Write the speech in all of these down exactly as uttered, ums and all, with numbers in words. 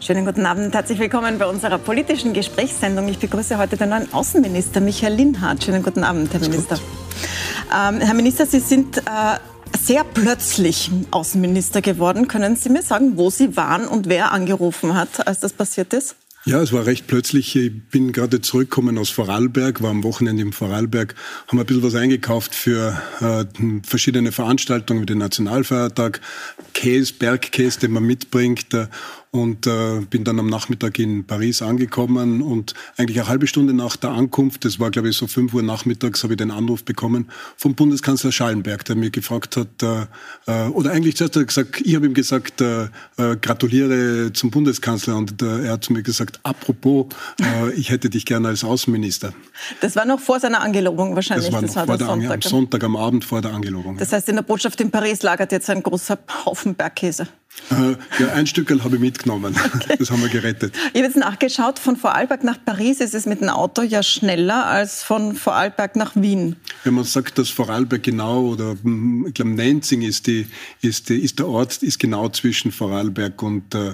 Schönen guten Abend, herzlich willkommen bei unserer politischen Gesprächssendung. Ich begrüße heute den neuen Außenminister Michael Linhart. Schönen guten Abend, Herr Minister. Ähm, Herr Minister, Sie sind äh, sehr plötzlich Außenminister geworden. Können Sie mir sagen, wo Sie waren und wer angerufen hat, als das passiert ist? Ja, es war recht plötzlich. Ich bin gerade zurückgekommen aus Vorarlberg, war am Wochenende im Vorarlberg, haben ein bisschen was eingekauft für äh, verschiedene Veranstaltungen wie den Nationalfeiertag, Käse, Bergkäse, den man mitbringt. Äh, und äh, bin dann am Nachmittag in Paris angekommen und eigentlich eine halbe Stunde nach der Ankunft, das war glaube ich so fünf Uhr nachmittags, habe ich den Anruf bekommen vom Bundeskanzler Schallenberg, der mir gefragt hat, äh, oder eigentlich zuerst hat er gesagt, ich habe ihm gesagt, äh, äh, gratuliere zum Bundeskanzler und äh, er hat zu mir gesagt, apropos, äh, ich hätte dich gerne als Außenminister. Das war noch vor seiner Angelobung wahrscheinlich. Das war noch das war vor der der Sonntag. Ange- am Sonntag, am Abend vor der Angelobung. Das heißt, in der Botschaft in Paris lagert jetzt ein großer Haufen Bergkäse. Äh, ja, ein Stückel habe ich mitgenommen. Okay. Das haben wir gerettet. Ich habe jetzt nachgeschaut, von Vorarlberg nach Paris ist es mit dem Auto ja schneller als von Vorarlberg nach Wien. Wenn man sagt, dass Vorarlberg genau, oder ich glaube Nenzing ist, die, ist, die, ist der Ort, ist genau zwischen Vorarlberg und äh,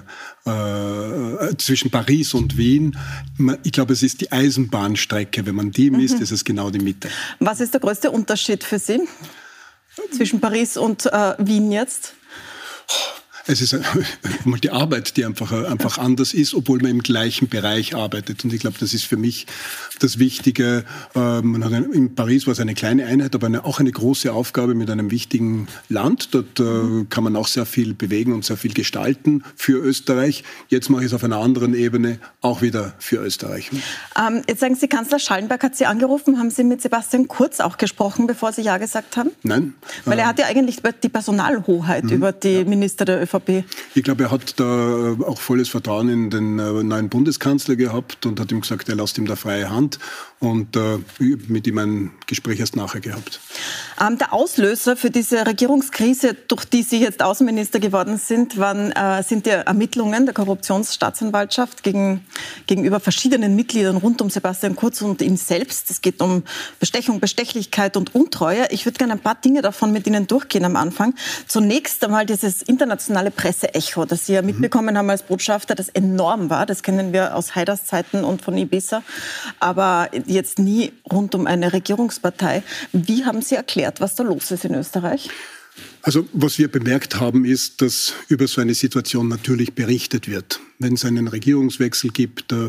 äh, zwischen Paris und Wien. Ich glaube, es ist die Eisenbahnstrecke. Wenn man die misst, mhm. ist es genau die Mitte. Was ist der größte Unterschied für Sie zwischen Paris und äh, Wien jetzt? Es ist mal die Arbeit, die einfach, einfach anders ist, obwohl man im gleichen Bereich arbeitet. Und ich glaube, das ist für mich das Wichtige. Man hat eine, in Paris war es eine kleine Einheit, aber eine, auch eine große Aufgabe mit einem wichtigen Land. Dort äh, kann man auch sehr viel bewegen und sehr viel gestalten für Österreich. Jetzt mache ich es auf einer anderen Ebene, auch wieder für Österreich. Ähm, jetzt sagen Sie, Kanzler Schallenberg hat Sie angerufen. Haben Sie mit Sebastian Kurz auch gesprochen, bevor Sie Ja gesagt haben? Nein. Weil er hat ja eigentlich die Personalhoheit mhm. über die ja. Minister der ÖVP. Ich glaube, er hat da auch volles Vertrauen in den neuen Bundeskanzler gehabt und hat ihm gesagt, er lässt ihm da freie Hand und äh, mit ihm ein Gespräch erst nachher gehabt. Ähm, der Auslöser für diese Regierungskrise, durch die Sie jetzt Außenminister geworden sind, waren, äh, sind die Ermittlungen der Korruptionsstaatsanwaltschaft gegen, gegenüber verschiedenen Mitgliedern rund um Sebastian Kurz und ihn selbst. Es geht um Bestechung, Bestechlichkeit und Untreue. Ich würde gerne ein paar Dinge davon mit Ihnen durchgehen am Anfang. Zunächst einmal dieses internationale Presseecho, das Sie ja mitbekommen haben als Botschafter, das enorm war. Das kennen wir aus Haiders Zeiten und von Ibiza, aber jetzt nie rund um eine Regierungspartei. Wie haben Sie erklärt, was da los ist in Österreich? Also was wir bemerkt haben, ist, dass über so eine Situation natürlich berichtet wird. Wenn es einen Regierungswechsel gibt, äh,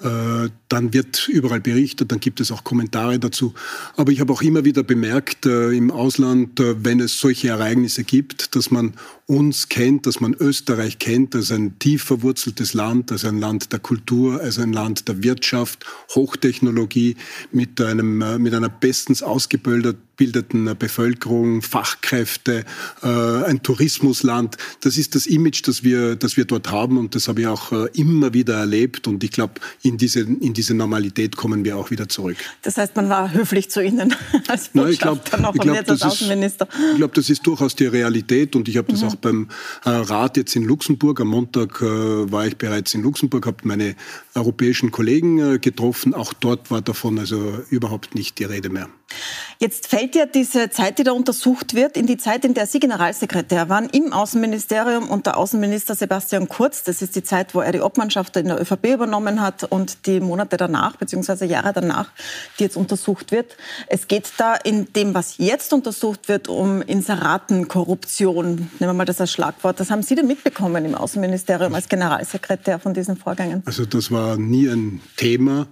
dann wird überall berichtet, dann gibt es auch Kommentare dazu. Aber ich habe auch immer wieder bemerkt äh, im Ausland, äh, wenn es solche Ereignisse gibt, dass man uns kennt, dass man Österreich kennt als ein tief verwurzeltes Land, als ein Land der Kultur, als ein Land der Wirtschaft, Hochtechnologie, mit einem äh, mit einer bestens ausgebildeten Bevölkerung, Fachkräfte, äh, ein Tourismusland. Das ist das Image, das wir, das wir dort haben und das habe ich auch äh, immer wieder erlebt und ich glaube, in diese, in diese Normalität kommen wir auch wieder zurück. Das heißt, man war höflich zu Ihnen als Botschafter ich glaub, noch ich glaub, und jetzt als Außenminister. Ist, ich glaube, das ist durchaus die Realität und ich habe das mhm. auch beim äh, Rat jetzt in Luxemburg, am Montag äh, war ich bereits in Luxemburg, habe meine europäischen Kollegen äh, getroffen, auch dort war davon also überhaupt nicht die Rede mehr. Jetzt fällt ja diese Zeit, die da untersucht wird, in die Zeit, in der Sie Generalsekretär waren im Außenministerium unter Außenminister Sebastian Kurz. Das ist die Zeit, wo er die Obmannschaft in der ÖVP übernommen hat und die Monate danach, beziehungsweise Jahre danach, die jetzt untersucht wird. Es geht da in dem, was jetzt untersucht wird, um Inseratenkorruption. Nehmen wir mal das als Schlagwort. Das haben Sie denn mitbekommen im Außenministerium als Generalsekretär von diesen Vorgängen? Also das war nie ein Thema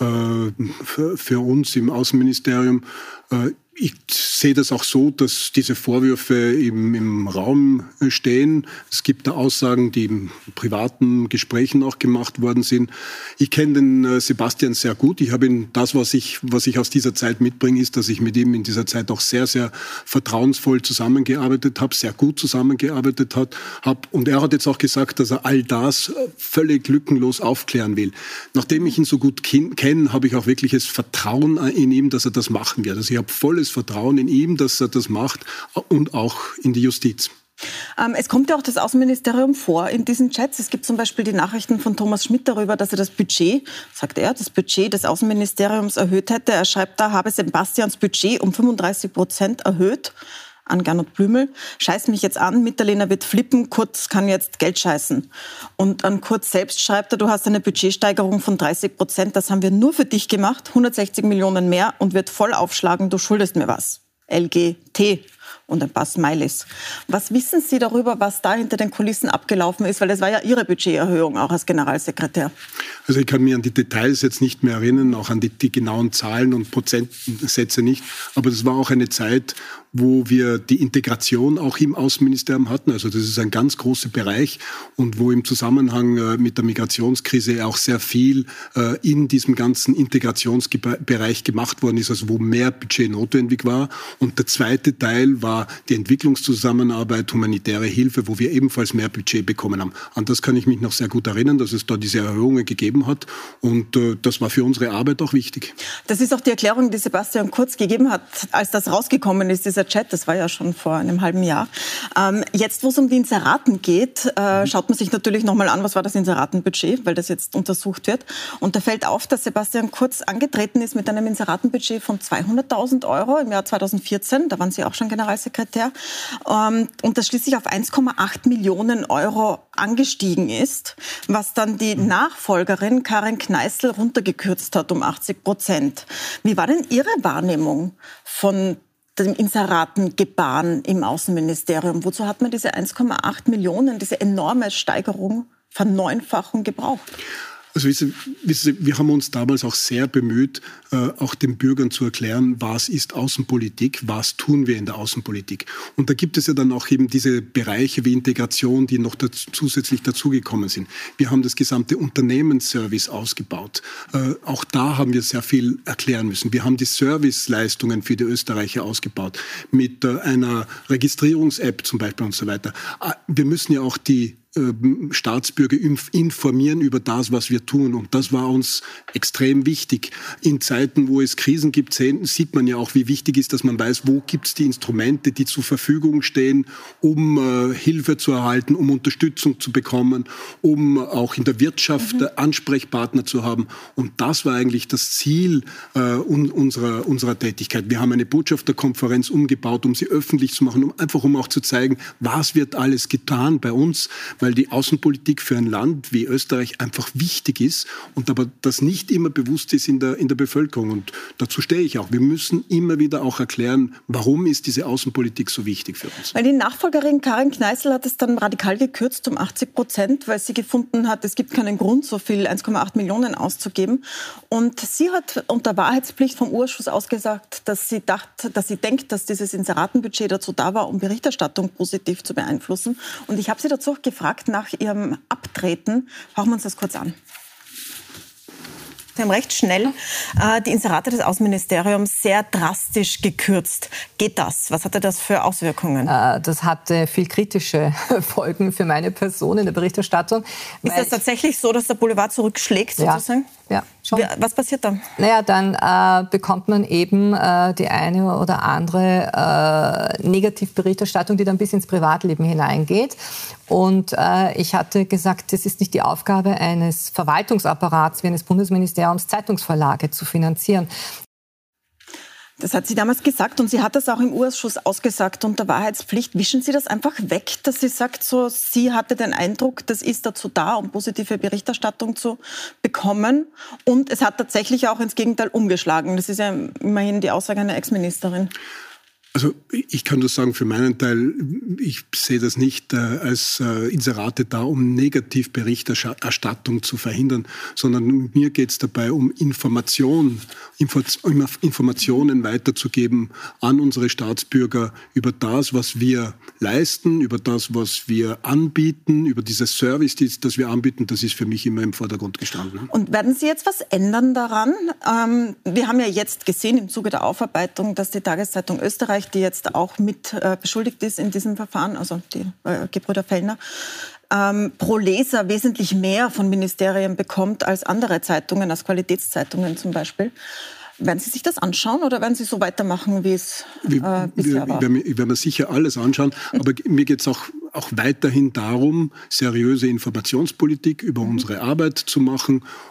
für uns im Außenministerium. Ich sehe das auch so, dass diese Vorwürfe im, im Raum stehen. Es gibt da Aussagen, die in privaten Gesprächen auch gemacht worden sind. Ich kenne den Sebastian sehr gut. Ich habe ihn, das, was ich, was ich aus dieser Zeit mitbringe, ist, dass ich mit ihm in dieser Zeit auch sehr, sehr vertrauensvoll zusammengearbeitet habe, sehr gut zusammengearbeitet habe. Und er hat jetzt auch gesagt, dass er all das völlig lückenlos aufklären will. Nachdem ich ihn so gut kenne, habe ich auch wirkliches Vertrauen in ihm, dass er das machen wird. Also ich habe volles Vertrauen in ihm, dass er das macht und auch in die Justiz. Ähm, es kommt ja auch das Außenministerium vor in diesen Chats. Es gibt zum Beispiel die Nachrichten von Thomas Schmidt darüber, dass er das Budget, sagt er, das Budget des Außenministeriums erhöht hätte. Er schreibt da, habe Sebastians Budget um fünfunddreißig Prozent erhöht. an Gernot Blümel. Scheiß mich jetzt an, Mitterlehner wird flippen, Kurz kann jetzt Geld scheißen. Und an Kurz selbst schreibt er, du hast eine Budgetsteigerung von dreißig Prozent, das haben wir nur für dich gemacht, hundertsechzig Millionen mehr und wird voll aufschlagen, du schuldest mir was. L G T und ein paar Smileys. Was wissen Sie darüber, was da hinter den Kulissen abgelaufen ist? Weil das war ja Ihre Budgeterhöhung auch als Generalsekretär. Also ich kann mich an die Details jetzt nicht mehr erinnern, auch an die, die genauen Zahlen und Prozentsätze nicht. Aber das war auch eine Zeit, wo wir die Integration auch im Außenministerium hatten. Also das ist ein ganz großer Bereich und wo im Zusammenhang mit der Migrationskrise auch sehr viel in diesem ganzen Integrationsbereich gemacht worden ist, also wo mehr Budget notwendig war. Und der zweite Teil war die Entwicklungszusammenarbeit, humanitäre Hilfe, wo wir ebenfalls mehr Budget bekommen haben. An das kann ich mich noch sehr gut erinnern, dass es da diese Erhöhungen gegeben hat. Und äh, das war für unsere Arbeit auch wichtig. Das ist auch die Erklärung, die Sebastian Kurz gegeben hat, als das rausgekommen ist, dieser Chat. Das war ja schon vor einem halben Jahr. Ähm, jetzt, wo es um die Inseraten geht, äh, schaut man sich natürlich nochmal an, was war das Inseratenbudget, weil das jetzt untersucht wird. Und da fällt auf, dass Sebastian Kurz angetreten ist mit einem Inseratenbudget von zweihunderttausend Euro im Jahr zweitausendvierzehn. Da waren Sie auch schon Generalsekretär. Ähm, und das schließlich auf eins Komma acht Millionen Euro angestiegen ist, was dann die Nachfolgerin Karin Kneißl runtergekürzt hat um achtzig Prozent. Wie war denn Ihre Wahrnehmung von dem Inseratengebaren im Außenministerium? Wozu hat man diese eins Komma acht Millionen, diese enorme Steigerung, Verneunfachung gebraucht? Also wissen Sie, wir haben uns damals auch sehr bemüht, äh, auch den Bürgern zu erklären, was ist Außenpolitik, was tun wir in der Außenpolitik. Und da gibt es ja dann auch eben diese Bereiche wie Integration, die noch dazu, zusätzlich dazugekommen sind. Wir haben das gesamte Unternehmensservice ausgebaut. Äh, auch da haben wir sehr viel erklären müssen. Wir haben die Serviceleistungen für die Österreicher ausgebaut, mit äh, einer Registrierungs-App zum Beispiel und so weiter. Äh, wir müssen ja auch die Staatsbürger informieren über das, was wir tun. Und das war uns extrem wichtig. In Zeiten, wo es Krisen gibt, sieht man ja auch, wie wichtig ist, dass man weiß, wo gibt es die Instrumente, die zur Verfügung stehen, um äh, Hilfe zu erhalten, um Unterstützung zu bekommen, um auch in der Wirtschaft mhm. Ansprechpartner zu haben. Und das war eigentlich das Ziel äh, un- unserer, unserer Tätigkeit. Wir haben eine Botschafterkonferenz umgebaut, um sie öffentlich zu machen, um einfach um auch zu zeigen, was wird alles getan bei uns, weil die Außenpolitik für ein Land wie Österreich einfach wichtig ist und aber das nicht immer bewusst ist in der, in der Bevölkerung. Und dazu stehe ich auch. Wir müssen immer wieder auch erklären, warum ist diese Außenpolitik so wichtig für uns. Weil die Nachfolgerin Karin Kneißl hat es dann radikal gekürzt um achtzig Prozent, weil sie gefunden hat, es gibt keinen Grund, so viel eins Komma acht Millionen auszugeben. Und sie hat unter Wahrheitspflicht vom Urschuss ausgesagt, dass sie dachte, dass sie denkt, dass dieses Inseratenbudget dazu da war, um Berichterstattung positiv zu beeinflussen. Und ich habe sie dazu auch gefragt, nach Ihrem Abtreten. Schauen wir uns das kurz an. Sie haben recht schnell äh, die Inserate des Außenministeriums sehr drastisch gekürzt. Geht das? Was hatte das für Auswirkungen? Äh, das hatte viel kritische Folgen für meine Person in der Berichterstattung. Ist das tatsächlich so, dass der Boulevard zurückschlägt, sozusagen? Ja, ja schon. Was passiert dann? Naja, dann äh, bekommt man eben äh, die eine oder andere äh, Negativberichterstattung, die dann bis ins Privatleben hineingeht. Und äh, ich hatte gesagt, das ist nicht die Aufgabe eines Verwaltungsapparats wie eines Bundesministeriums, Zeitungsverlage zu finanzieren. Das hat sie damals gesagt und sie hat das auch im U-Ausschuss ausgesagt unter Wahrheitspflicht. Wischen Sie das einfach weg, dass sie sagt, so, sie hatte den Eindruck, das ist dazu da, um positive Berichterstattung zu bekommen. Und es hat tatsächlich auch ins Gegenteil umgeschlagen. Das ist ja immerhin die Aussage einer Ex-Ministerin. Also ich kann nur sagen, für meinen Teil, ich sehe das nicht äh, als äh, Inserate da, um Negativberichterstattung zu verhindern, sondern mir geht es dabei um Information, Info, Informationen weiterzugeben an unsere Staatsbürger über das, was wir leisten, über das, was wir anbieten, über dieses Service, das wir anbieten. Das ist für mich immer im Vordergrund gestanden. Und werden Sie jetzt was ändern daran? Ähm, wir haben ja jetzt gesehen im Zuge der Aufarbeitung, dass die Tageszeitung Österreich, die jetzt auch mit äh, beschuldigt ist in diesem Verfahren, also die äh, Gebrüder Fellner, ähm, pro Leser wesentlich mehr von Ministerien bekommt als andere Zeitungen, als Qualitätszeitungen zum Beispiel. Werden Sie sich das anschauen oder werden Sie so weitermachen, wie es äh, bisher war? Ich werde mir sicher alles anschauen, aber mir geht es auch, auch weiterhin darum, seriöse Informationspolitik über mhm. unsere Arbeit zu machen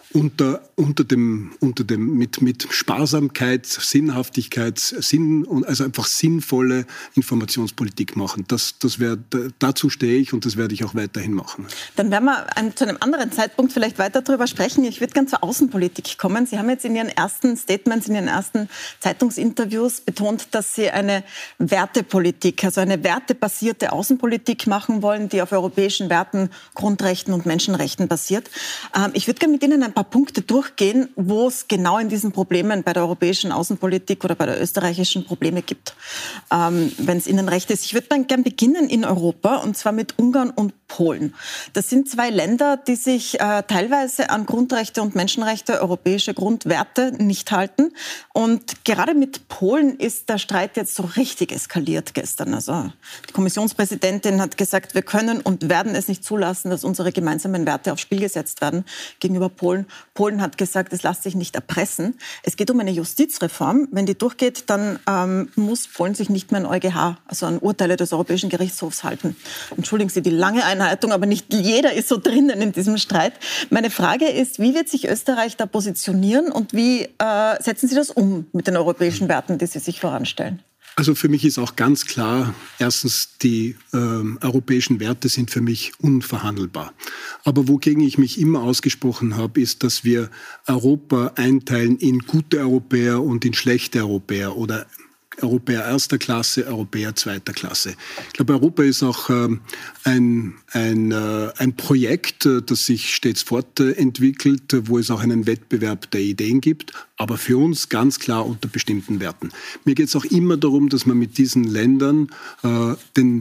unter, unter dem, unter dem, mit, mit Sparsamkeit, Sinnhaftigkeit, Sinn, also einfach sinnvolle Informationspolitik machen. Das, das wär, dazu stehe ich und das werde ich auch weiterhin machen. Dann werden wir ein, zu einem anderen Zeitpunkt vielleicht weiter darüber sprechen. Ich würde gerne zur Außenpolitik kommen. Sie haben jetzt in Ihren ersten Statements, in Ihren ersten Zeitungsinterviews betont, dass Sie eine Wertepolitik, also eine wertebasierte Außenpolitik machen wollen, die auf europäischen Werten, Grundrechten und Menschenrechten basiert. Ähm, ich würde gerne mit Ihnen ein paar Punkte durchgehen, wo es genau in diesen Problemen bei der europäischen Außenpolitik oder bei der österreichischen Probleme gibt, ähm, wenn es Ihnen recht ist. Ich würde dann gerne beginnen in Europa, und zwar mit Ungarn und Polen. Das sind zwei Länder, die sich äh, teilweise an Grundrechte und Menschenrechte, europäische Grundwerte nicht halten. Und gerade mit Polen ist der Streit jetzt so richtig eskaliert gestern. Also die Kommissionspräsidentin hat gesagt, wir können und werden es nicht zulassen, dass unsere gemeinsamen Werte aufs Spiel gesetzt werden gegenüber Polen. Polen hat gesagt, es lässt sich nicht erpressen. Es geht um eine Justizreform. Wenn die durchgeht, dann ähm, muss Polen sich nicht mehr an EuGH, also an Urteile des Europäischen Gerichtshofs halten. Entschuldigen Sie die lange Einleitung, aber nicht jeder ist so drinnen in diesem Streit. Meine Frage ist, wie wird sich Österreich da positionieren und wie äh, setzen Sie das um mit den europäischen Werten, die Sie sich voranstellen? Also für mich ist auch ganz klar, erstens, die äh, europäischen Werte sind für mich unverhandelbar. Aber wogegen ich mich immer ausgesprochen habe, ist, dass wir Europa einteilen in gute Europäer und in schlechte Europäer oder Europäer erster Klasse, Europäer zweiter Klasse. Ich glaube, Europa ist auch ähm, ein, ein, äh, ein Projekt, äh, das sich stets fortentwickelt, äh, wo es auch einen Wettbewerb der Ideen gibt, aber für uns ganz klar unter bestimmten Werten. Mir geht es auch immer darum, dass man mit diesen Ländern äh, den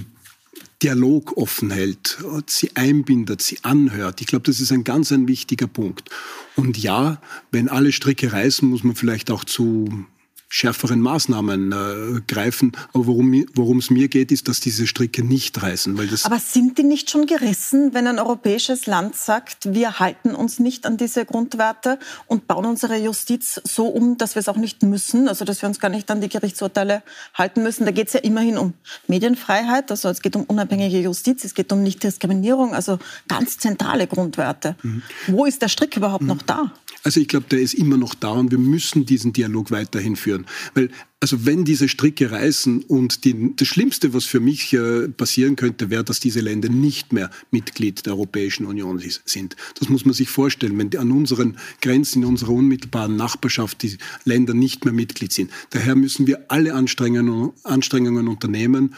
Dialog offen hält, sie einbindet, sie anhört. Ich glaube, das ist ein ganz ein wichtiger Punkt. Und ja, wenn alle Stricke reißen, muss man vielleicht auch zu schärferen Maßnahmen äh, greifen. Aber worum es mir geht, ist, dass diese Stricke nicht reißen. Weil das Aber sind die nicht schon gerissen, wenn ein europäisches Land sagt, wir halten uns nicht an diese Grundwerte und bauen unsere Justiz so um, dass wir es auch nicht müssen, also dass wir uns gar nicht an die Gerichtsurteile halten müssen? Da geht es ja immerhin um Medienfreiheit, also es geht um unabhängige Justiz, es geht um Nichtdiskriminierung, also ganz zentrale Grundwerte. Mhm. Wo ist der Strick überhaupt mhm. noch da? Also ich glaube, der ist immer noch da und wir müssen diesen Dialog weiterhin führen. Weil, also wenn diese Stricke reißen und die, das Schlimmste, was für mich äh, passieren könnte, wäre, dass diese Länder nicht mehr Mitglied der Europäischen Union is, sind. Das muss man sich vorstellen, wenn die an unseren Grenzen, in unserer unmittelbaren Nachbarschaft die Länder nicht mehr Mitglied sind. Daher müssen wir alle Anstrengungen, Anstrengungen unternehmen,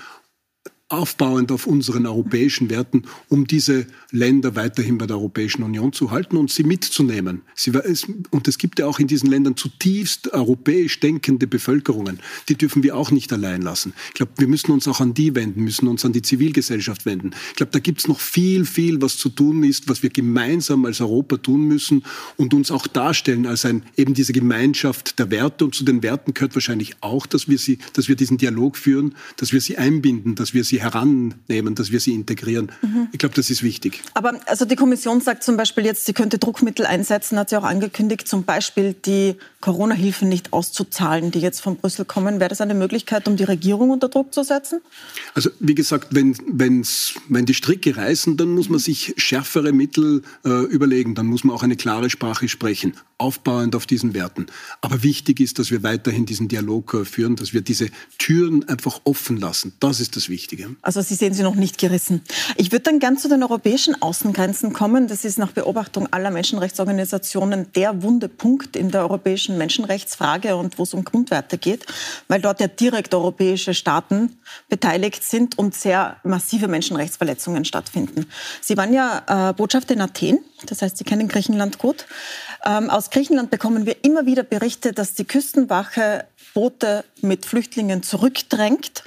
aufbauend auf unseren europäischen Werten, um diese Länder weiterhin bei der Europäischen Union zu halten und sie mitzunehmen. Sie, und es gibt ja auch in diesen Ländern zutiefst europäisch denkende Bevölkerungen. Die dürfen wir auch nicht allein lassen. Ich glaube, wir müssen uns auch an die wenden, müssen uns an die Zivilgesellschaft wenden. Ich glaube, da gibt es noch viel, viel, was zu tun ist, was wir gemeinsam als Europa tun müssen und uns auch darstellen als ein, eben diese Gemeinschaft der Werte. Und zu den Werten gehört wahrscheinlich auch, dass wir sie, dass wir diesen Dialog führen, dass wir sie einbinden, dass wir sie herannehmen, dass wir sie integrieren. Mhm. Ich glaube, das ist wichtig. Aber also die Kommission sagt zum Beispiel jetzt, sie könnte Druckmittel einsetzen, hat sie auch angekündigt, zum Beispiel die Corona-Hilfen nicht auszuzahlen, die jetzt von Brüssel kommen. Wäre das eine Möglichkeit, um die Regierung unter Druck zu setzen? Also wie gesagt, wenn, wenn's, wenn die Stricke reißen, dann muss man sich schärfere Mittel äh, überlegen. Dann muss man auch eine klare Sprache sprechen, aufbauend auf diesen Werten. Aber wichtig ist, dass wir weiterhin diesen Dialog äh, führen, dass wir diese Türen einfach offen lassen. Das ist das Wichtige. Also Sie sehen sie noch nicht gerissen. Ich würde dann gern zu den europäischen Außengrenzen kommen. Das ist nach Beobachtung aller Menschenrechtsorganisationen der wunde Punkt in der europäischen Menschenrechtsfrage und wo es um Grundwerte geht, weil dort ja direkt europäische Staaten beteiligt sind und sehr massive Menschenrechtsverletzungen stattfinden. Sie waren ja äh, Botschafter in Athen, das heißt, Sie kennen Griechenland gut. Ähm, aus Griechenland bekommen wir immer wieder Berichte, dass die Küstenwache Boote mit Flüchtlingen zurückdrängt,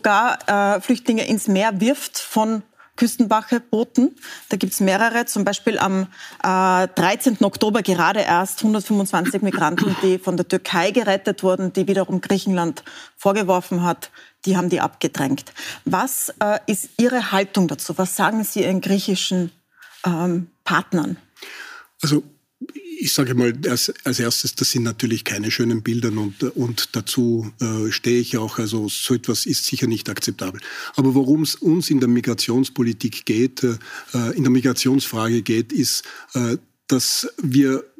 sogar äh, Flüchtlinge ins Meer wirft von Küstenwache-Booten. Da gibt es mehrere, zum Beispiel am äh, dreizehnten Oktober gerade erst hundertfünfundzwanzig Migranten, die von der Türkei gerettet wurden, die wiederum Griechenland vorgeworfen hat, die haben die abgedrängt. Was äh, ist Ihre Haltung dazu? Was sagen Sie Ihren griechischen ähm, Partnern? Also ich sage mal als, als erstes, das sind natürlich keine schönen Bilder und, und dazu äh, stehe ich auch. Also so etwas ist sicher nicht akzeptabel. Aber worum es uns in der Migrationspolitik geht, äh, in der Migrationsfrage geht, ist, äh, dass wir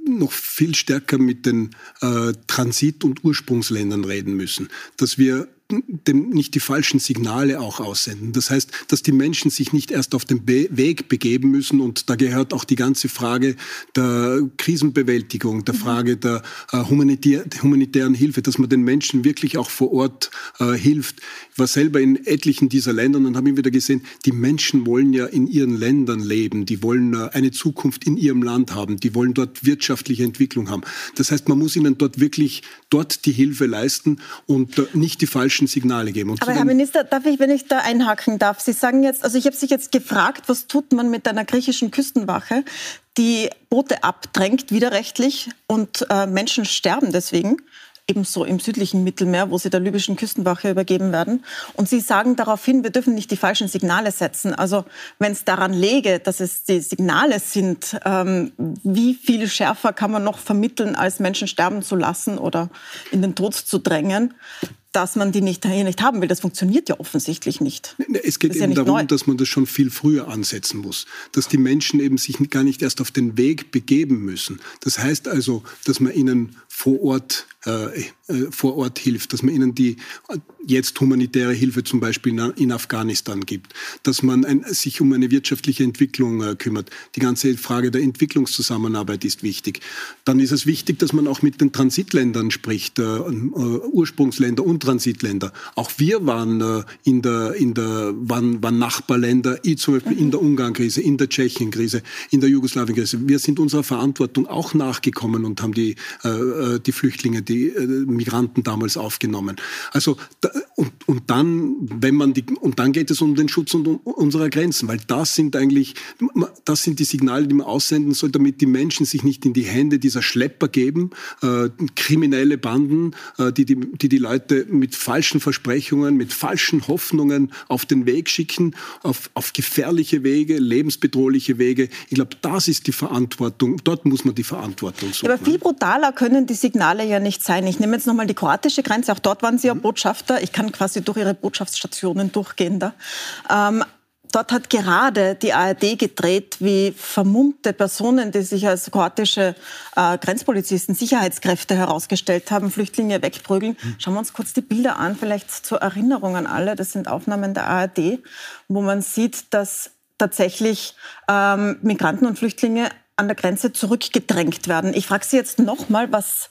noch viel stärker mit den äh, Transit- und Ursprungsländern reden müssen, dass wir dem nicht die falschen Signale auch aussenden. Das heißt, dass die Menschen sich nicht erst auf den Be- Weg begeben müssen, und da gehört auch die ganze Frage der Krisenbewältigung, der Frage der äh, humanitär, humanitären Hilfe, dass man den Menschen wirklich auch vor Ort äh, hilft. Ich war selber in etlichen dieser Ländern und habe immer wieder gesehen, die Menschen wollen ja in ihren Ländern leben, die wollen äh, eine Zukunft in ihrem Land haben, die wollen dort wirtschaftliche Entwicklung haben. Das heißt, man muss ihnen dort wirklich dort die Hilfe leisten und äh, nicht die falschen Signale geben. Und aber Herr Minister, darf ich, wenn ich da einhaken darf, Sie sagen jetzt, also ich habe sich jetzt gefragt, was tut man mit einer griechischen Küstenwache, die Boote abdrängt, widerrechtlich, und äh, Menschen sterben deswegen, ebenso im südlichen Mittelmeer, wo sie der libyschen Küstenwache übergeben werden. Und Sie sagen daraufhin, wir dürfen nicht die falschen Signale setzen. Also wenn es daran läge, dass es die Signale sind, ähm, wie viel schärfer kann man noch vermitteln, als Menschen sterben zu lassen oder in den Tod zu drängen, dass man die nicht, hier nicht haben will. Das funktioniert ja offensichtlich nicht. Es geht eben ja darum, neu. dass man das schon viel früher ansetzen muss. Dass die Menschen eben sich gar nicht erst auf den Weg begeben müssen. Das heißt also, dass man ihnen vor Ort, äh, äh, vor Ort hilft, dass man ihnen die jetzt humanitäre Hilfe zum Beispiel in Afghanistan gibt, dass man ein, sich um eine wirtschaftliche Entwicklung äh, kümmert. Die ganze Frage der Entwicklungszusammenarbeit ist wichtig. Dann ist es wichtig, dass man auch mit den Transitländern spricht, äh, äh, Ursprungsländer und Transitländer. Auch wir waren äh, in der, in der, waren, waren Nachbarländer, ich zum Beispiel in der Ungarn-Krise, in der Tschechien-Krise, in der Jugoslawien-Krise. Wir sind unserer Verantwortung auch nachgekommen und haben die, äh, die Flüchtlinge, die äh, Migranten damals aufgenommen. Also da, und, und dann, wenn man die, und dann geht es um den Schutz und um unserer Grenzen, weil das sind eigentlich, das sind die Signale, die man aussenden soll, damit die Menschen sich nicht in die Hände dieser Schlepper geben, äh, kriminelle Banden, äh, die, die die die Leute mit falschen Versprechungen, mit falschen Hoffnungen auf den Weg schicken, auf, auf gefährliche Wege, lebensbedrohliche Wege. Ich glaube, das ist die Verantwortung, dort muss man die Verantwortung suchen. Aber viel brutaler können die Signale ja nicht sein. Ich nehme jetzt nochmal die kroatische Grenze, auch dort waren Sie ja mhm. Botschafter. Ich kann quasi durch Ihre Botschaftsstationen durchgehen da. Ähm, Dort hat gerade die A R D gedreht, wie vermummte Personen, die sich als kroatische äh, Grenzpolizisten, Sicherheitskräfte herausgestellt haben, Flüchtlinge wegprügeln. Schauen wir uns kurz die Bilder an, vielleicht zur Erinnerung an alle. Das sind Aufnahmen der A R D, wo man sieht, dass tatsächlich ähm, Migranten und Flüchtlinge an der Grenze zurückgedrängt werden. Ich frage Sie jetzt noch mal, was...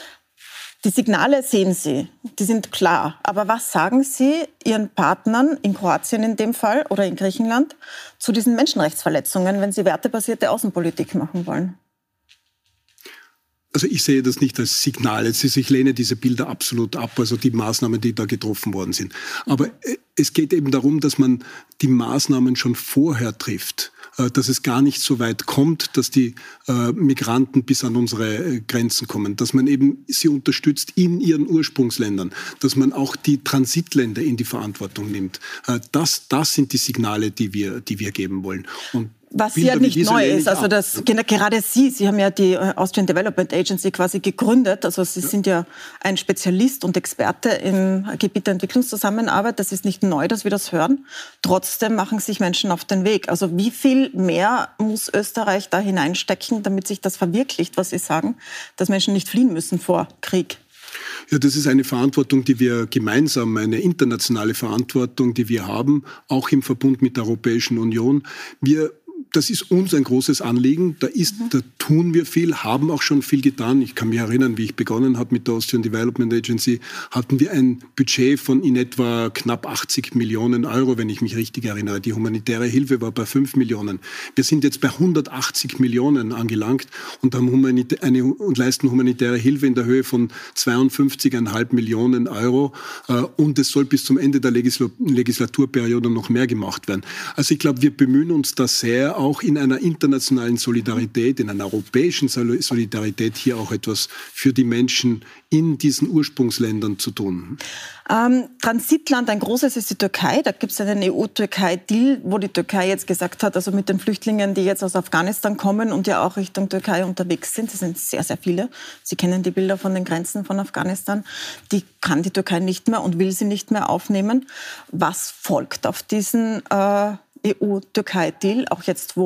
Die Signale sehen Sie, die sind klar. Aber was sagen Sie Ihren Partnern, in Kroatien in dem Fall oder in Griechenland, zu diesen Menschenrechtsverletzungen, wenn sie wertebasierte Außenpolitik machen wollen? Also ich sehe das nicht als Signal. Ich lehne diese Bilder absolut ab, also die Maßnahmen, die da getroffen worden sind. Aber es geht eben darum, dass man die Maßnahmen schon vorher trifft, dass es gar nicht so weit kommt, dass die äh, Migranten bis an unsere äh, Grenzen kommen, dass man eben sie unterstützt in ihren Ursprungsländern, dass man auch die Transitländer in die Verantwortung nimmt. Äh, das, das sind die Signale, die wir, die wir geben wollen. Und was Bilder ja nicht neu ist, also das, gerade Sie, Sie haben ja die Austrian Development Agency quasi gegründet, also Sie ja. sind ja ein Spezialist und Experte im Gebiet der Entwicklungszusammenarbeit, das ist nicht neu, dass wir das hören, trotzdem machen sich Menschen auf den Weg. Also wie viel mehr muss Österreich da hineinstecken, damit sich das verwirklicht, was Sie sagen, dass Menschen nicht fliehen müssen vor Krieg? Ja, das ist eine Verantwortung, die wir gemeinsam, eine internationale Verantwortung, die wir haben, auch im Verbund mit der Europäischen Union. Wir Das ist uns ein großes Anliegen. Da, ist, mhm. da tun wir viel, haben auch schon viel getan. Ich kann mich erinnern, wie ich begonnen habe mit der Austrian Development Agency, hatten wir ein Budget von in etwa knapp achtzig Millionen Euro, wenn ich mich richtig erinnere. Die humanitäre Hilfe war bei fünf Millionen. Wir sind jetzt bei hundertachtzig Millionen angelangt und, haben humanitä- eine, und leisten humanitäre Hilfe in der Höhe von zweiundfünfzig Komma fünf Millionen Euro. Und es soll bis zum Ende der Legisl- Legislaturperiode noch mehr gemacht werden. Also ich glaube, wir bemühen uns da sehr, auch in einer internationalen Solidarität, in einer europäischen Solidarität hier auch etwas für die Menschen in diesen Ursprungsländern zu tun. Ähm, Transitland, ein großes ist die Türkei. Da gibt es einen E U-Türkei-Deal, wo die Türkei jetzt gesagt hat, also mit den Flüchtlingen, die jetzt aus Afghanistan kommen und ja auch Richtung Türkei unterwegs sind, das sind sehr, sehr viele. Sie kennen die Bilder von den Grenzen von Afghanistan. Die kann die Türkei nicht mehr und will sie nicht mehr aufnehmen. Was folgt auf diesen äh, E U-Türkei-Deal, auch jetzt, wo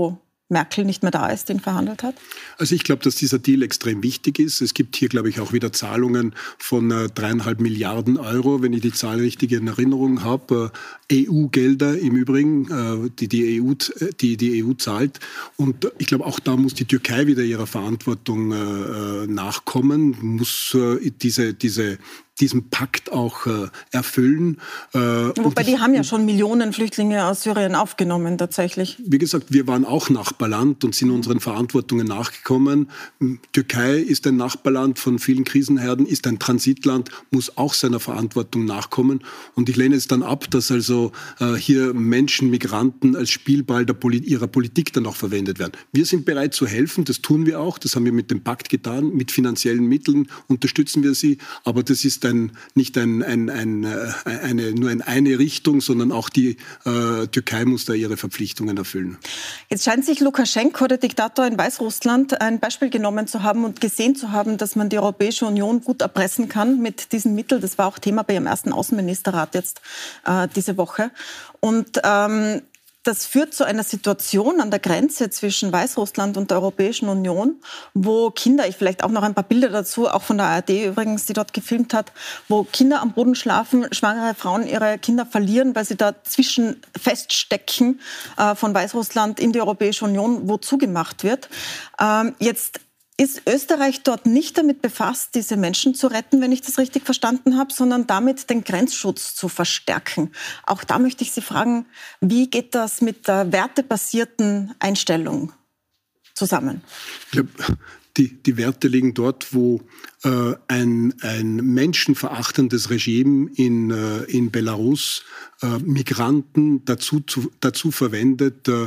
Merkel nicht mehr da ist, den verhandelt hat? Also ich glaube, dass dieser Deal extrem wichtig ist. Es gibt hier, glaube ich, auch wieder Zahlungen von äh, dreieinhalb Milliarden Euro, wenn ich die Zahl richtig in Erinnerung habe. Äh, E U-Gelder im Übrigen, äh, die die E U, die die E U zahlt. Und ich glaube, auch da muss die Türkei wieder ihrer Verantwortung äh, nachkommen, muss äh, diese, diese diesen Pakt auch äh, erfüllen. Äh, Wobei ich, die haben ja schon Millionen Flüchtlinge aus Syrien aufgenommen tatsächlich. Wie gesagt, wir waren auch Nachbarland und sind unseren Verantwortungen nachgekommen. Türkei ist ein Nachbarland von vielen Krisenherden, ist ein Transitland, muss auch seiner Verantwortung nachkommen. Und ich lehne es dann ab, dass also äh, hier Menschen, Migranten als Spielball der Poli- ihrer Politik dann auch verwendet werden. Wir sind bereit zu helfen, das tun wir auch, das haben wir mit dem Pakt getan, mit finanziellen Mitteln unterstützen wir sie, aber das ist ein Ein, nicht ein, ein, ein, eine, nur in eine Richtung, sondern auch die äh, Türkei muss da ihre Verpflichtungen erfüllen. Jetzt scheint sich Lukaschenko, der Diktator in Weißrussland, ein Beispiel genommen zu haben und gesehen zu haben, dass man die Europäische Union gut erpressen kann mit diesen Mitteln. Das war auch Thema bei ihrem ersten Außenministerrat jetzt äh, diese Woche. Und ähm, das führt zu einer Situation an der Grenze zwischen Weißrussland und der Europäischen Union, wo Kinder, ich vielleicht auch noch ein paar Bilder dazu, auch von der A R D übrigens, die dort gefilmt hat, wo Kinder am Boden schlafen, schwangere Frauen ihre Kinder verlieren, weil sie dazwischen feststecken äh, von Weißrussland in die Europäische Union, wo zugemacht wird. Ähm, jetzt ist Österreich dort nicht damit befasst, diese Menschen zu retten, wenn ich das richtig verstanden habe, sondern damit den Grenzschutz zu verstärken. Auch da möchte ich Sie fragen, wie geht das mit der wertebasierten Einstellung zusammen? Ich glaube, die, die Werte liegen dort, wo äh, ein, ein menschenverachtendes Regime in, äh, in Belarus äh, Migranten dazu, zu, dazu verwendet, äh,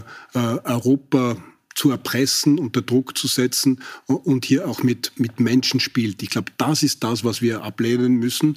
Europa zu erpressen, unter Druck zu setzen und hier auch mit, mit Menschen spielt. Ich glaube, das ist das, was wir ablehnen müssen.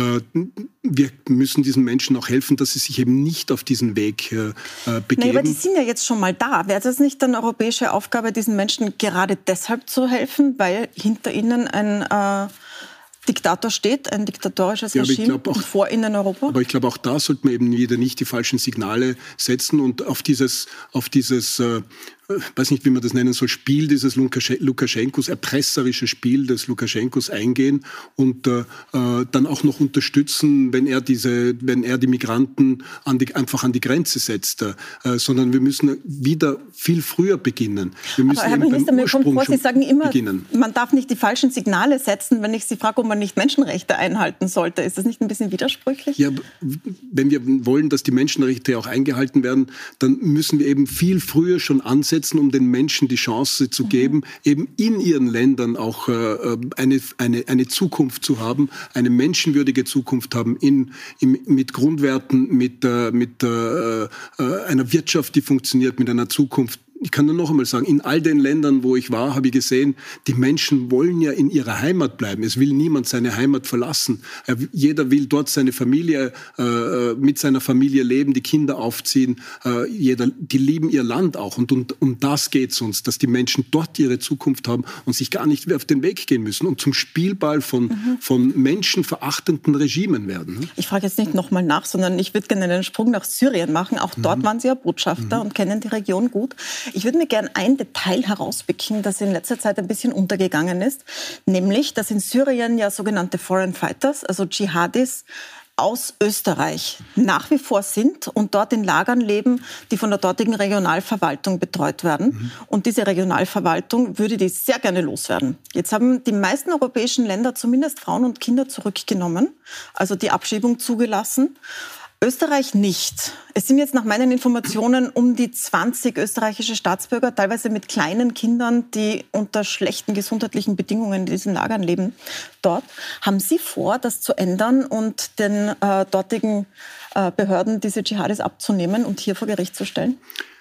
Wir müssen diesen Menschen auch helfen, dass sie sich eben nicht auf diesen Weg begeben. Nee, aber die sind ja jetzt schon mal da. Wäre das nicht eine europäische Aufgabe, diesen Menschen gerade deshalb zu helfen, weil hinter ihnen ein äh, Diktator steht, ein diktatorisches ja, Regime auch, und vor ihnen Europa? Aber ich glaube, auch da sollte man eben wieder nicht die falschen Signale setzen und auf dieses, auf dieses äh, weiß nicht, wie man das nennen soll, Spiel dieses Lukaschenkos, erpresserische Spiel des Lukaschenkos eingehen und äh, dann auch noch unterstützen, wenn er diese, wenn er die Migranten an die, einfach an die Grenze setzt, äh, sondern wir müssen wieder viel früher beginnen. Wir müssen Aber Herr Minister, mir kommt vor, Sie sagen immer, beginnen. Man darf nicht die falschen Signale setzen. Wenn ich Sie frage, ob man nicht Menschenrechte einhalten sollte, ist das nicht ein bisschen widersprüchlich? Ja, wenn wir wollen, dass die Menschenrechte auch eingehalten werden, dann müssen wir eben viel früher schon ansetzen, um den Menschen die Chance zu geben, mhm. eben in ihren Ländern auch äh, eine, eine, eine Zukunft zu haben, eine menschenwürdige Zukunft haben, in, in, mit Grundwerten, mit, äh, mit äh, äh, einer Wirtschaft, die funktioniert, mit einer Zukunft. Ich kann nur noch einmal sagen, in all den Ländern, wo ich war, habe ich gesehen, die Menschen wollen ja in ihrer Heimat bleiben. Es will niemand seine Heimat verlassen. Jeder will dort seine Familie, äh, mit seiner Familie leben, die Kinder aufziehen. Äh, jeder, die lieben ihr Land auch. Und, und um das geht es uns, dass die Menschen dort ihre Zukunft haben und sich gar nicht mehr auf den Weg gehen müssen und zum Spielball von, mhm. von menschenverachtenden Regimen werden. Ne? Ich frage jetzt nicht nochmal nach, sondern ich würde gerne einen Sprung nach Syrien machen. Auch dort mhm. waren Sie ja Botschafter mhm. und kennen die Region gut. Ich würde mir gerne ein Detail herauspicken, das in letzter Zeit ein bisschen untergegangen ist, nämlich, dass in Syrien ja sogenannte Foreign Fighters, also Dschihadis, aus Österreich nach wie vor sind und dort in Lagern leben, die von der dortigen Regionalverwaltung betreut werden. Mhm. Und diese Regionalverwaltung würde die sehr gerne loswerden. Jetzt haben die meisten europäischen Länder zumindest Frauen und Kinder zurückgenommen, also die Abschiebung zugelassen. Österreich nicht. Es sind jetzt nach meinen Informationen um die zwanzig österreichische Staatsbürger, teilweise mit kleinen Kindern, die unter schlechten gesundheitlichen Bedingungen in diesen Lagern leben, dort. Haben Sie vor, das zu ändern und den äh, dortigen äh, Behörden diese Dschihadis abzunehmen und hier vor Gericht zu stellen?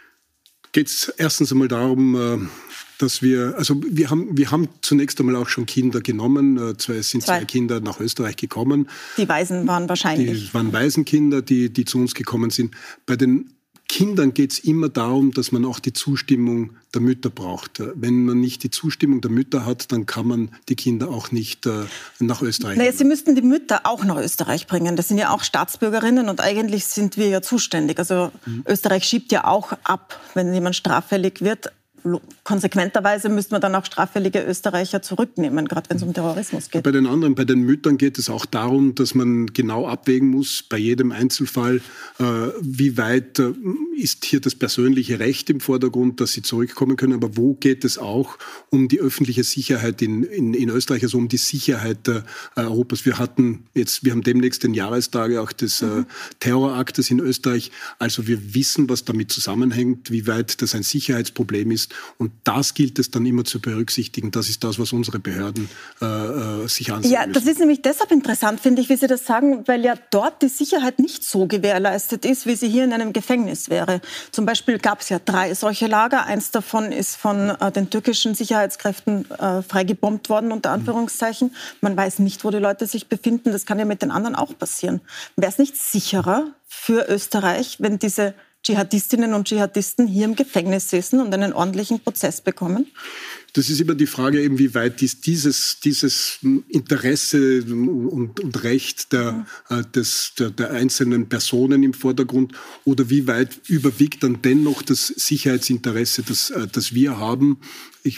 Geht es erstens einmal darum, äh dass wir, also wir haben, wir haben zunächst einmal auch schon Kinder genommen. Es sind zwei. zwei Kinder nach Österreich gekommen. Die Waisen waren wahrscheinlich. Die waren Waisenkinder, die, die zu uns gekommen sind. Bei den Kindern geht es immer darum, dass man auch die Zustimmung der Mütter braucht. Wenn man nicht die Zustimmung der Mütter hat, dann kann man die Kinder auch nicht äh, nach Österreich bringen. Naja, Sie müssten die Mütter auch nach Österreich bringen. Das sind ja auch Staatsbürgerinnen und eigentlich sind wir ja zuständig. Also mhm. Österreich schiebt ja auch ab, wenn jemand straffällig wird. konsequenterweise müsste man dann auch straffällige Österreicher zurücknehmen, gerade wenn es um Terrorismus geht. Bei den anderen, bei den Müttern geht es auch darum, dass man genau abwägen muss, bei jedem Einzelfall, äh, wie weit äh, ist hier das persönliche Recht im Vordergrund, dass sie zurückkommen können, aber wo geht es auch um die öffentliche Sicherheit in, in, in Österreich, also um die Sicherheit äh, Europas. Wir hatten jetzt, wir haben demnächst den Jahrestage auch des mhm. äh, Terroraktes in Österreich, also wir wissen, was damit zusammenhängt, wie weit das ein Sicherheitsproblem ist. Und das gilt es dann immer zu berücksichtigen. Das ist das, was unsere Behörden äh, sich ansehen Ja, müssen. Das ist nämlich deshalb interessant, finde ich, wie Sie das sagen, weil ja dort die Sicherheit nicht so gewährleistet ist, wie sie hier in einem Gefängnis wäre. Zum Beispiel gab es ja drei solche Lager. Eins davon ist von äh, den türkischen Sicherheitskräften äh, freigebombt worden, unter Anführungszeichen. Man weiß nicht, wo die Leute sich befinden. Das kann ja mit den anderen auch passieren. Wäre es nicht sicherer für Österreich, wenn diese Dschihadistinnen und Dschihadisten hier im Gefängnis sitzen und einen ordentlichen Prozess bekommen? Das ist immer die Frage, eben, wie weit ist dieses, dieses Interesse und, und Recht der, äh, des, der, der einzelnen Personen im Vordergrund oder wie weit überwiegt dann dennoch das Sicherheitsinteresse, das, äh, das wir haben. Ich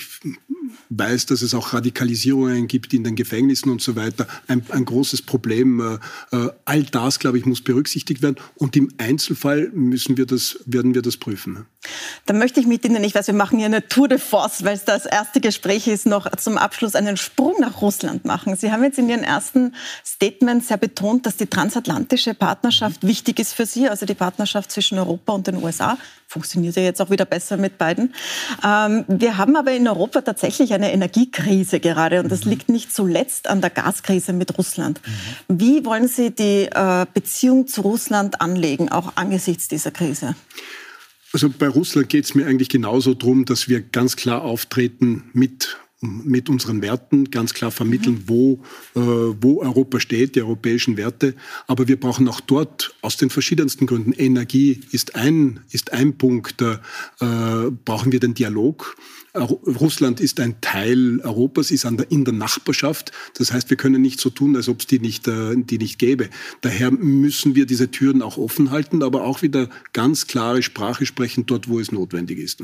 weiß, dass es auch Radikalisierungen gibt in den Gefängnissen und so weiter. Ein, ein großes Problem. Äh, all das, glaube ich, muss berücksichtigt werden. Und im Einzelfall müssen wir das, werden wir das prüfen. Dann möchte ich mit Ihnen, ich weiß, wir machen hier eine Tour de Force, weil es das erste Gespräch ist, noch zum Abschluss einen Sprung nach Russland machen. Sie haben jetzt in Ihren ersten Statements sehr betont, dass die transatlantische Partnerschaft wichtig ist für Sie, also die Partnerschaft zwischen Europa und den U S A. Funktioniert ja jetzt auch wieder besser mit beiden. Ähm, wir haben aber in Europa tatsächlich eine Energiekrise gerade und das liegt nicht zuletzt an der Gaskrise mit Russland. Mhm. Wie wollen Sie die äh, Beziehung zu Russland anlegen, auch angesichts dieser Krise? Also bei Russland geht es mir eigentlich genauso darum, dass wir ganz klar auftreten mit mit unseren Werten, ganz klar vermitteln, wo, äh, wo Europa steht, die europäischen Werte. Aber wir brauchen auch dort aus den verschiedensten Gründen, Energie ist ein, ist ein Punkt, äh, brauchen wir den Dialog. Russland ist ein Teil Europas, ist an der, in der Nachbarschaft. Das heißt, wir können nicht so tun, als ob es die nicht, äh, die nicht gäbe. Daher müssen wir diese Türen auch offen halten, aber auch wieder ganz klare Sprache sprechen, dort, wo es notwendig ist.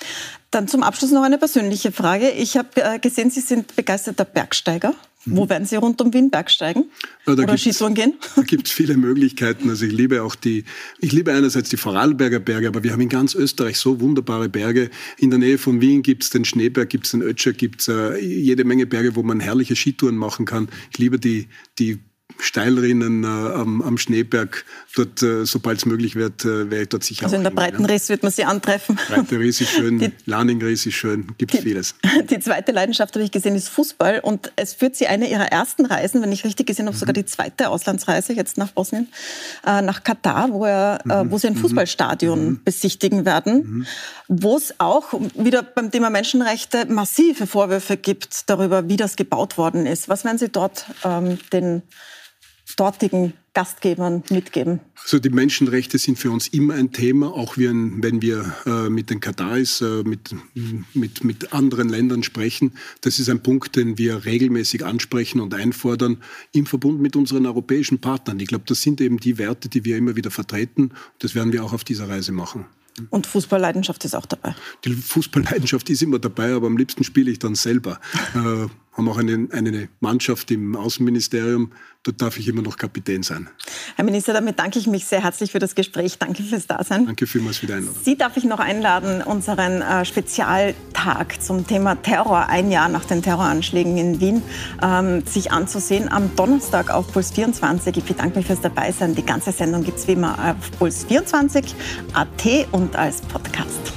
Dann zum Abschluss noch eine persönliche Frage. Ich habe äh, gesehen, Sie sind begeisterter Bergsteiger. Mhm. Wo werden Sie rund um Wien bergsteigen? Ja, oder Skitouren gehen? Da gibt es viele Möglichkeiten. Also ich liebe auch die, ich liebe einerseits die Vorarlberger Berge, aber wir haben in ganz Österreich so wunderbare Berge. In der Nähe von Wien gibt es den Schneeberg, gibt es den Ötscher, gibt es äh, jede Menge Berge, wo man herrliche Skitouren machen kann. Ich liebe die, die Steilrinnen äh, am, am Schneeberg. Dort, äh, sobald es möglich wird, äh, werde ich dort sicher. Also in der Breitenriss ja. wird man Sie antreffen. Breitenriss ist schön, Laningress ist schön, gibt die, vieles. Die zweite Leidenschaft, habe ich gesehen, ist Fußball. Und es führt Sie eine Ihrer ersten Reisen, wenn ich richtig gesehen habe, mhm. sogar die zweite Auslandsreise jetzt nach Bosnien, äh, nach Katar, wo, er, mhm. äh, wo Sie ein Fußballstadion mhm. besichtigen werden, mhm. wo es auch wieder beim Thema Menschenrechte massive Vorwürfe gibt darüber, wie das gebaut worden ist. Was werden Sie dort ähm, den dortigen Gastgebern mitgeben? Also die Menschenrechte sind für uns immer ein Thema, auch wenn wir äh, mit den Kataris, äh, mit, mit, mit anderen Ländern sprechen. Das ist ein Punkt, den wir regelmäßig ansprechen und einfordern im Verbund mit unseren europäischen Partnern. Ich glaube, das sind eben die Werte, die wir immer wieder vertreten. Das werden wir auch auf dieser Reise machen. Und Fußballleidenschaft ist auch dabei? Die Fußballleidenschaft ist immer dabei, aber am liebsten spiele ich dann selber. äh, haben auch eine, eine Mannschaft im Außenministerium, dort darf ich immer noch Kapitän sein. Herr Minister, damit danke ich mich sehr herzlich für das Gespräch. Danke fürs Dasein. Danke vielmals für die Einladung. Sie darf ich noch einladen, unseren äh, Spezialtag zum Thema Terror, ein Jahr nach den Terroranschlägen in Wien, ähm, sich anzusehen am Donnerstag auf Puls vierundzwanzig. Ich bedanke mich fürs Dabeisein. Die ganze Sendung gibt es wie immer auf Puls vierundzwanzig Punkt at und als Podcast.